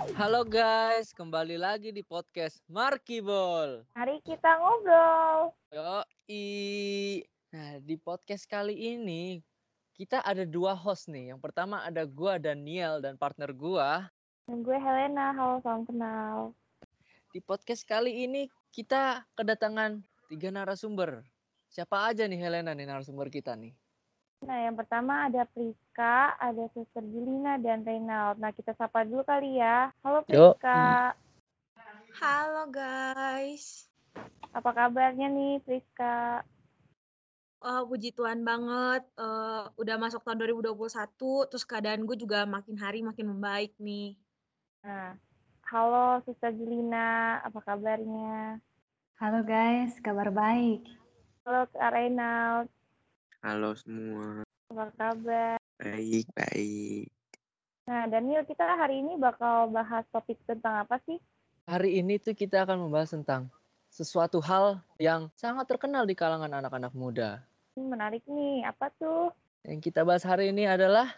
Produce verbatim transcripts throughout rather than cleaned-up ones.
Halo guys, kembali lagi di podcast Markibol. Mari kita ngobrol. Yoi. Nah, di podcast kali ini kita ada dua host nih. Yang pertama ada gua Daniel dan partner gua. Dan gue Helena, halo salam kenal. Di podcast kali ini kita kedatangan tiga narasumber. Siapa aja nih Helena nih narasumber kita nih? Nah, yang pertama ada Priska, ada Suster Julina, dan Reynald. Nah, kita sapa dulu kali ya. Halo Yo. Priska, Halo guys. apa kabarnya nih Priska? Oh, puji Tuhan banget. Eh, udah masuk tahun dua ribu dua puluh satu, terus keadaan gue juga makin hari makin membaik nih. Nah, halo Suster Julina, apa kabarnya? Halo guys, kabar baik. Halo Kak Reynald, Halo semua, apa kabar? baik baik. Nah, Daniel, kita hari ini bakal bahas topik tentang apa sih? Hari ini tuh kita akan membahas tentang sesuatu hal yang sangat terkenal di kalangan anak-anak muda. Hmm, menarik nih, apa tuh? Yang kita bahas hari ini adalah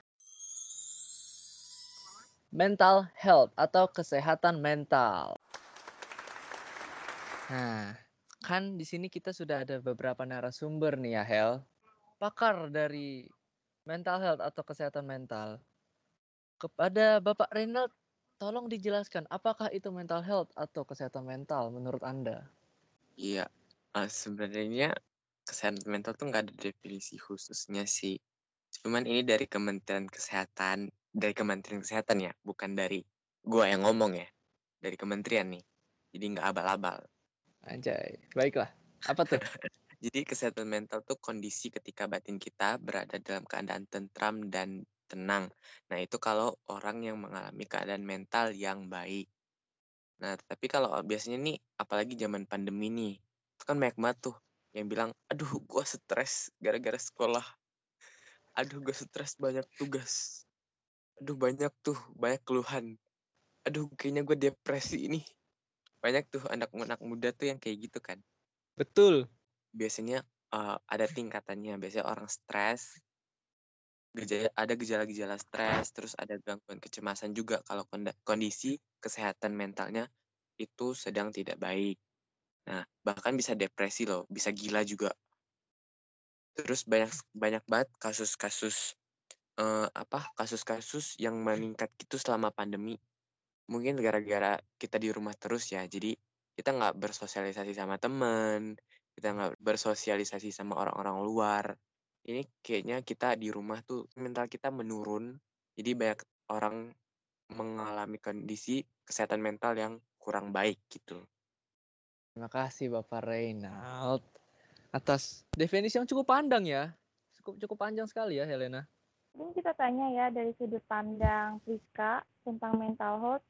mental health atau kesehatan mental. Nah, kan di sini kita sudah ada beberapa narasumber nih ya, Hel. Pakar dari mental health atau kesehatan mental. Kepada Bapak Reynald, tolong dijelaskan apakah itu mental health atau kesehatan mental menurut Anda? Iya, uh, sebenarnya kesehatan mental tuh nggak ada definisi khususnya sih. Cuman ini dari Kementerian Kesehatan, dari Kementerian Kesehatan ya, bukan dari gua yang ngomong ya, dari kementerian nih. Jadi nggak abal-abal. Anjay, baiklah. Apa tuh? Jadi kesehatan mental tuh kondisi ketika batin kita berada dalam keadaan tentram dan tenang. Nah itu kalau orang yang mengalami keadaan mental yang baik. Nah, tapi kalau biasanya nih, apalagi zaman pandemi nih, itu kan banyak banget tuh yang bilang, aduh gue stres gara-gara sekolah, aduh gue stres banyak tugas, aduh banyak tuh, banyak keluhan, aduh kayaknya gue depresi ini. Banyak tuh anak-anak muda tuh yang kayak gitu kan. Betul. Biasanya uh, ada tingkatannya, biasanya orang stres, gejala, ada gejala-gejala stres, terus ada gangguan kecemasan juga kalau kondisi kesehatan mentalnya itu sedang tidak baik. Nah, bahkan bisa depresi loh, bisa gila juga. Terus banyak banyak banget kasus-kasus eh, apa? Kasus-kasus yang meningkat gitu selama pandemi. Mungkin gara-gara kita di rumah terus ya. Jadi kita nggak bersosialisasi sama temen, kita nggak bersosialisasi sama orang-orang luar. Ini kayaknya kita di rumah tuh mental kita menurun. Jadi banyak orang mengalami kondisi kesehatan mental yang kurang baik gitu. Terima kasih Bapak Reynald atas definisi yang cukup pandang ya. Cukup cukup panjang sekali ya, Helena. Mungkin kita tanya ya dari sudut pandang Priska tentang mental health.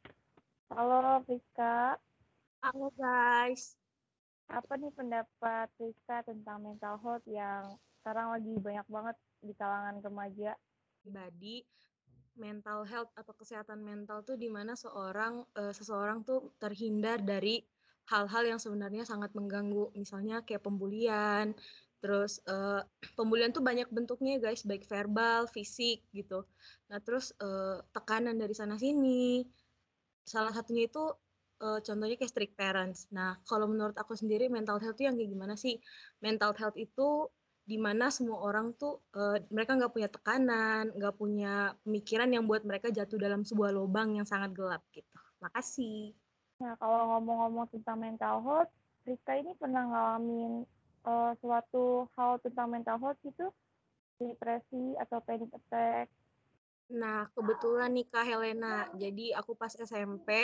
Halo Priska, Halo guys. apa nih pendapat Priska tentang mental health yang sekarang lagi banyak banget di kalangan remaja? Pribadi, mental health atau kesehatan mental tuh dimana seorang eh, seseorang tuh terhindar dari hal-hal yang sebenarnya sangat mengganggu, misalnya kayak pembulian. Terus eh, pembulian tuh banyak bentuknya guys, baik verbal, fisik gitu. Nah terus eh, tekanan dari sana sini. Salah satunya itu uh, contohnya kayak strict parents. Nah, kalau menurut aku sendiri mental health itu yang kayak gimana sih? Mental health itu dimana semua orang tuh uh, mereka nggak punya tekanan, nggak punya pemikiran yang buat mereka jatuh dalam sebuah lubang yang sangat gelap gitu. Makasih. Nah, kalau ngomong-ngomong tentang mental health, Priska ini pernah ngalamin uh, suatu hal tentang mental health itu, depresi atau panic attack. Nah, kebetulan nih Kak Helena, jadi aku pas S M P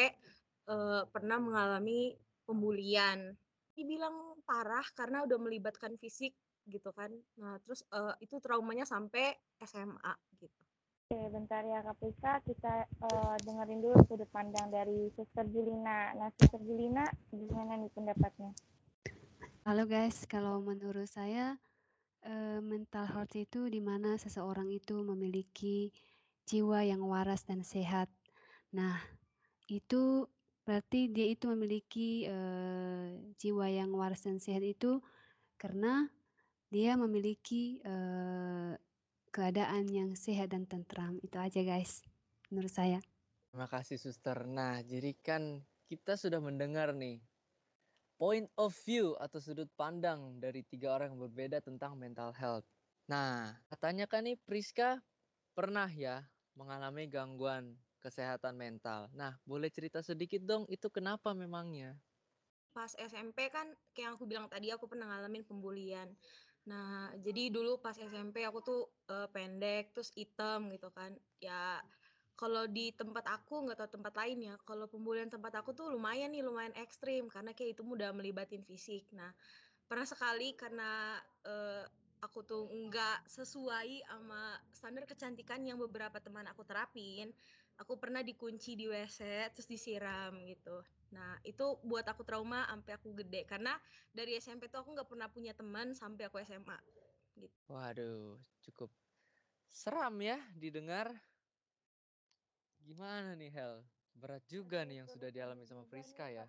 uh, pernah mengalami pembulian. Dibilang parah karena udah melibatkan fisik gitu kan. Nah, terus uh, itu traumanya sampai S M A gitu. Oke, bentar ya Kak Priska, kita uh, dengerin dulu sudut pandang dari Suster Julina. Nah, Suster Julina, gimana nih pendapatnya? Halo guys, kalau menurut saya eh, mental health itu di mana seseorang itu memiliki jiwa yang waras dan sehat. Nah, itu berarti dia itu memiliki eh, jiwa yang waras dan sehat itu karena dia memiliki eh, keadaan yang sehat dan tentram. Itu aja guys, menurut saya. Terima kasih Suster. Nah, jadi kan kita sudah mendengar nih point of view atau sudut pandang dari tiga orang yang berbeda tentang mental health. Nah, katanya kan nih Priska pernah ya mengalami gangguan kesehatan mental. Nah, boleh cerita sedikit dong itu kenapa memangnya? Pas S M P kan kayak yang aku bilang tadi aku pernah ngalamin pembulian. Nah, jadi dulu pas S M P aku tuh uh, pendek terus hitam gitu kan. Ya kalau di tempat aku nggak tahu tempat lain ya. Kalau pembulian tempat aku tuh lumayan nih, lumayan ekstrim karena kayak itu mudah melibatin fisik. Nah, pernah sekali karena uh, aku tuh nggak sesuai sama standar kecantikan yang beberapa teman aku terapin, aku pernah dikunci di W C terus disiram gitu. Nah itu buat aku trauma sampai aku gede karena dari S M P tuh aku nggak pernah punya teman sampai aku S M A gitu. Waduh, cukup seram ya didengar. Gimana nih Hel? Berat juga nih yang sudah dialami sama Priska ya.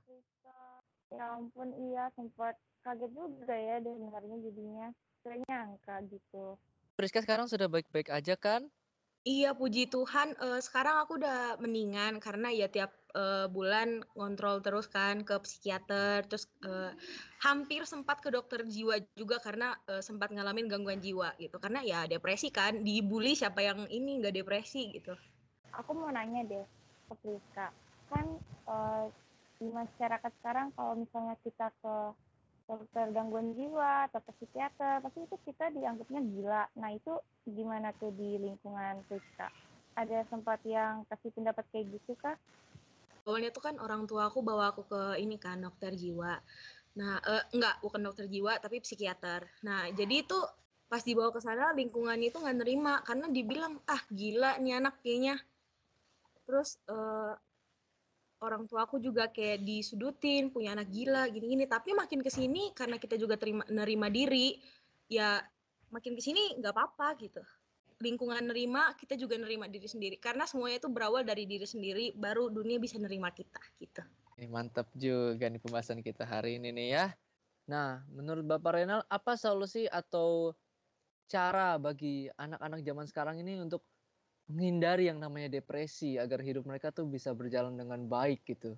Ya ampun, iya sempat kaget juga ya dengarnya jadinya. Gak nyangka gitu. Priska sekarang sudah baik-baik aja kan? Iya, puji Tuhan. Uh, sekarang aku udah mendingan karena ya tiap uh, bulan ngontrol terus kan ke psikiater, terus uh, hampir sempat ke dokter jiwa juga karena uh, sempat ngalamin gangguan jiwa gitu. Karena ya depresi kan, dibully siapa yang ini nggak depresi gitu. Aku mau nanya deh ke Priska, kan uh, di masyarakat sekarang kalau misalnya kita ke dokter gangguan jiwa atau ke psikiater, pasti itu kita dianggapnya gila. Nah itu gimana tuh di lingkungan Priska? Ada sempat yang kasih pendapat kayak gitu kah? Awalnya tuh kan orang tua aku bawa aku ke ini kan dokter jiwa. Nah, eh, enggak, bukan dokter jiwa tapi psikiater. Nah, jadi itu pas dibawa ke sana lingkungan itu nggak nerima karena dibilang ah gila nih anak kayaknya. Terus eh, orang tua aku juga kayak disudutin punya anak gila gini-gini. Tapi makin kesini karena kita juga terima nerima diri, ya makin kesini nggak apa-apa gitu. Lingkungan nerima, kita juga nerima diri sendiri. Karena semuanya itu berawal dari diri sendiri, baru dunia bisa nerima kita gitu. Eh, mantap juga nih pembahasan kita hari ini nih ya. Nah, menurut Bapak Renal, apa solusi atau cara bagi anak-anak zaman sekarang ini untuk menghindari yang namanya depresi agar hidup mereka tuh bisa berjalan dengan baik gitu?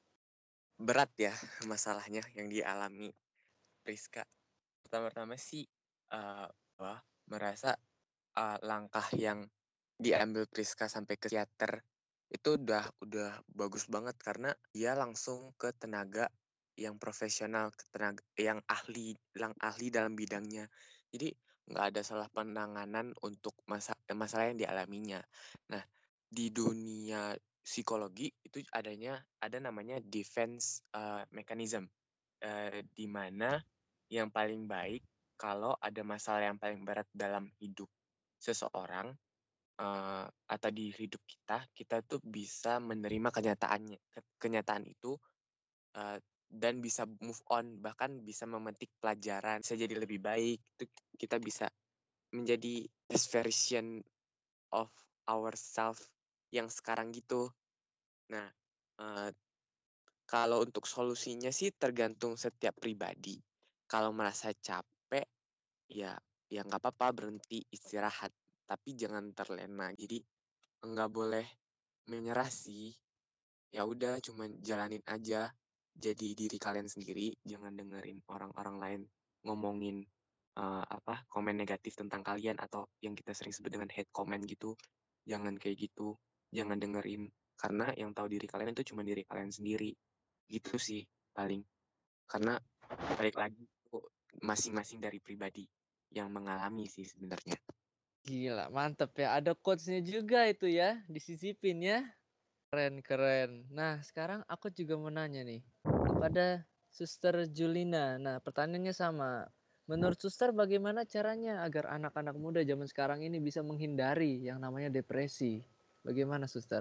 Berat ya masalahnya yang dialami Priska. Pertama-tama sih uh, wah, merasa uh, langkah yang diambil Priska sampai ke psikiater itu udah udah bagus banget karena dia langsung ke tenaga yang profesional, ke tenaga yang ahli, yang ahli dalam bidangnya. Jadi nggak ada salah penanganan untuk masa, masalah yang dialaminya. Nah, di dunia psikologi itu adanya ada namanya defense uh, mechanism, uh, di mana yang paling baik kalau ada masalah yang paling berat dalam hidup seseorang uh, atau di hidup kita, kita tuh bisa menerima kenyataannya, ke- kenyataan itu uh, dan bisa move on, bahkan bisa memetik pelajaran, bisa jadi lebih baik. Itu kita bisa menjadi best version of ourselves yang sekarang gitu. Nah, uh, kalau untuk solusinya sih tergantung setiap pribadi. Kalau merasa capek, ya ya nggak apa-apa berhenti istirahat, tapi jangan terlena. Jadi nggak boleh menyerah sih. Ya udah, cuman jalanin aja. Jadi diri kalian sendiri, jangan dengerin orang-orang lain ngomongin eh, apa komen negatif tentang kalian atau yang kita sering sebut dengan hate comment gitu. Jangan kayak gitu. Jangan dengerin karena yang tahu diri kalian itu cuma diri kalian sendiri. Gitu sih paling. Karena balik lagi itu masing-masing dari pribadi yang mengalami sih sebenarnya. Gila, mantep ya. Ada quotes-nya juga itu ya, disisipin ya. Keren-keren. Nah, sekarang aku juga mau nanya nih kepada Suster Julina. Nah, pertanyaannya sama. Menurut Suster bagaimana caranya agar anak-anak muda zaman sekarang ini bisa menghindari yang namanya depresi? Bagaimana Suster?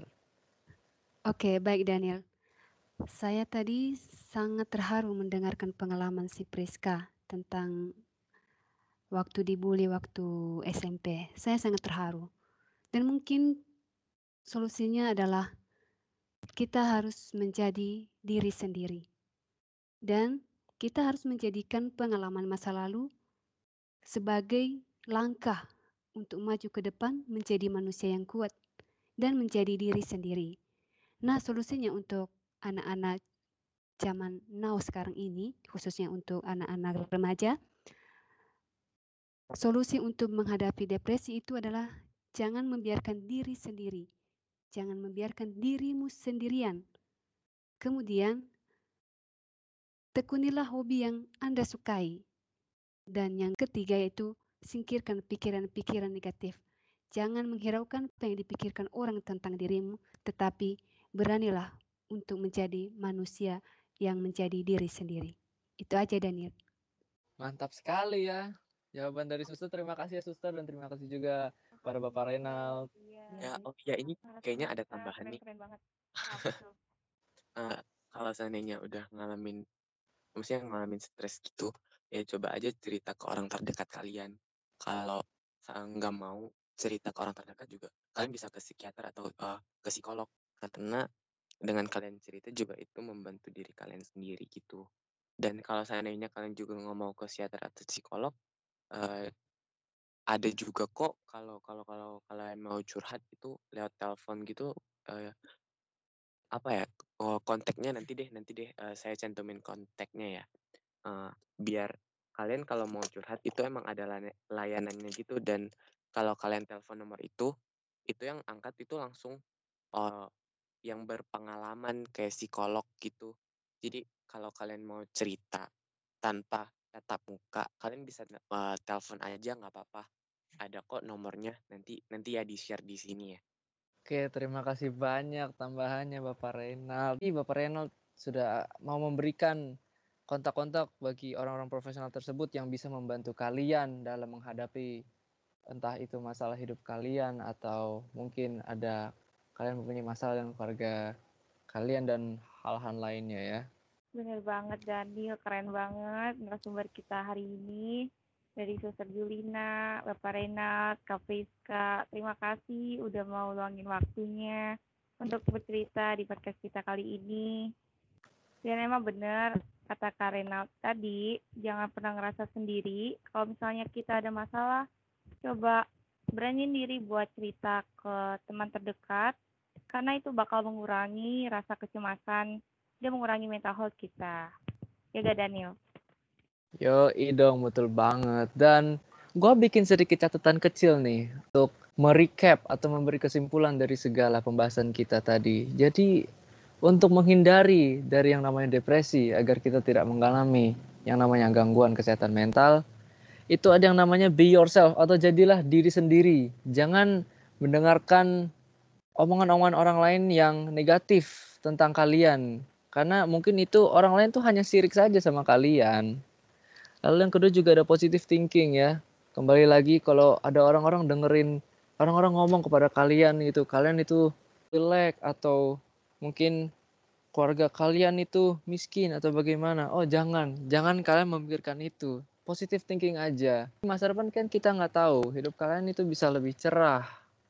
Oke, baik Daniel. Saya tadi sangat terharu mendengarkan pengalaman si Priska tentang waktu dibully waktu S M P. Saya sangat terharu. Dan mungkin solusinya adalah kita harus menjadi diri sendiri. Dan kita harus menjadikan pengalaman masa lalu sebagai langkah untuk maju ke depan menjadi manusia yang kuat dan menjadi diri sendiri. Nah, solusinya untuk anak-anak zaman now sekarang ini, khususnya untuk anak-anak remaja, solusi untuk menghadapi depresi itu adalah jangan membiarkan diri sendiri. Jangan membiarkan dirimu sendirian. Kemudian, tekunilah hobi yang Anda sukai. Dan yang ketiga yaitu singkirkan pikiran-pikiran negatif. Jangan menghiraukan apa yang dipikirkan orang tentang dirimu, tetapi beranilah untuk menjadi manusia yang menjadi diri sendiri. Itu aja, Daniel. Mantap sekali ya. Jawaban dari Suster, terima kasih ya Suster, dan terima kasih juga pada Bapak Reynald. Iya. Ya, oh ya ini kayaknya ada Narasumber kita tambahan nih. keren-keren banget. Apa tuh? Eh, kalau seandainya udah ngalamin, maksudnya ngalamin stres gitu, ya coba aja cerita ke orang terdekat kalian. Kalau sa- nggak mau cerita ke orang terdekat juga, kalian bisa ke psikiater atau eh, ke psikolog. Karena dengan kalian cerita juga itu membantu diri kalian sendiri gitu. Dan kalau seandainya kalian juga nggak mau ke psikiater atau psikolog, eh, ada juga kok kalau kalau kalau kalian mau curhat itu lewat telepon gitu, eh, apa ya, oh, kontaknya nanti deh nanti deh eh, saya cantumin kontaknya ya. Eh, biar kalian kalau mau curhat itu emang ada lane- layanannya gitu, dan kalau kalian telepon nomor itu itu yang angkat itu langsung eh, yang berpengalaman kayak psikolog gitu. Jadi kalau kalian mau cerita tanpa tatap muka, kalian bisa eh, telepon aja nggak apa-apa. Ada kok nomornya, nanti nanti ya di-share di sini ya. Oke, terima kasih banyak tambahannya Bapak Reynald. Ih, Bapak Reynald sudah mau memberikan kontak-kontak bagi orang-orang profesional tersebut yang bisa membantu kalian dalam menghadapi entah itu masalah hidup kalian atau mungkin ada kalian mempunyai masalah dengan keluarga kalian dan hal-hal lainnya ya. Bener banget Daniel, keren banget narasumber kita hari ini. Dari Suster Julina, Bapak Renat, Kak Friska, terima kasih udah mau luangin waktunya untuk bercerita di podcast kita kali ini. Dan emang bener kata Kak Renat tadi, jangan pernah ngerasa sendiri. Kalau misalnya kita ada masalah, coba beraniin diri buat cerita ke teman terdekat, karena itu bakal mengurangi rasa kecemasan dan mengurangi mental health kita. Ya gak Daniel? Yo, dong, betul banget. Dan gua bikin sedikit catatan kecil nih untuk merecap atau memberi kesimpulan dari segala pembahasan kita tadi. Jadi, untuk menghindari dari yang namanya depresi agar kita tidak mengalami yang namanya gangguan kesehatan mental, itu ada yang namanya be yourself atau jadilah diri sendiri. Jangan mendengarkan omongan-omongan orang lain yang negatif tentang kalian. Karena mungkin itu orang lain tuh hanya sirik saja sama kalian. Lalu yang kedua juga ada positive thinking ya. Kembali lagi kalau ada orang-orang dengerin, orang-orang ngomong kepada kalian itu, kalian itu jelek atau mungkin keluarga kalian itu miskin atau bagaimana. Oh jangan, jangan kalian memikirkan itu. Positive thinking aja. Masa depan kan kita nggak tahu, hidup kalian itu bisa lebih cerah.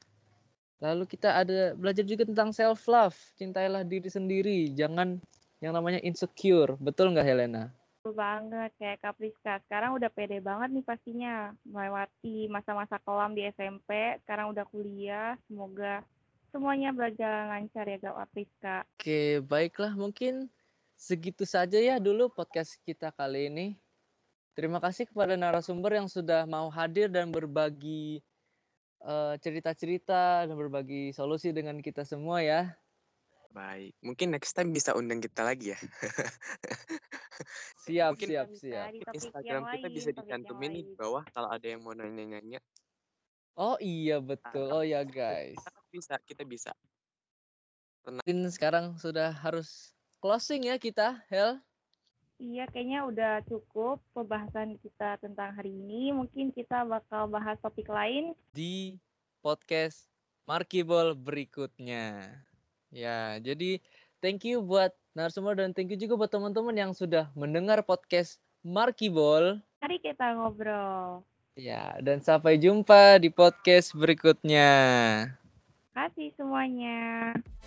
Lalu kita ada belajar juga tentang self love, cintailah diri sendiri, jangan yang namanya insecure. Betul nggak Helena? Betul banget, kayak Kak Priska. Sekarang udah pede banget nih pastinya. Melewati masa-masa kelam di S M P, sekarang udah kuliah. Semoga semuanya berjalan lancar ya Kak Priska. Oke, baiklah. Mungkin segitu saja ya dulu podcast kita kali ini. Terima kasih kepada narasumber yang sudah mau hadir dan berbagi eh, cerita-cerita dan berbagi solusi dengan kita semua ya. Baik, mungkin next time bisa undang kita lagi ya. Siap, Mungkin siap, Bisa siap. di topik yang Instagram kita lain, bisa topik yang dicantumin nih di lain. bawah kalau ada yang mau nanya-nanya. Oh iya betul. Oh ya guys. Bisa, kita bisa. Mungkin sekarang sudah harus closing ya kita, Hel. Iya, kayaknya udah cukup pembahasan kita tentang hari ini. Mungkin kita bakal bahas topik lain. Di podcast Markibol berikutnya. Ya, jadi thank you buat narasumber dan thank you juga buat teman-teman yang sudah mendengar podcast Markibol. Mari kita ngobrol. Ya, dan sampai jumpa di podcast berikutnya. Terima kasih semuanya.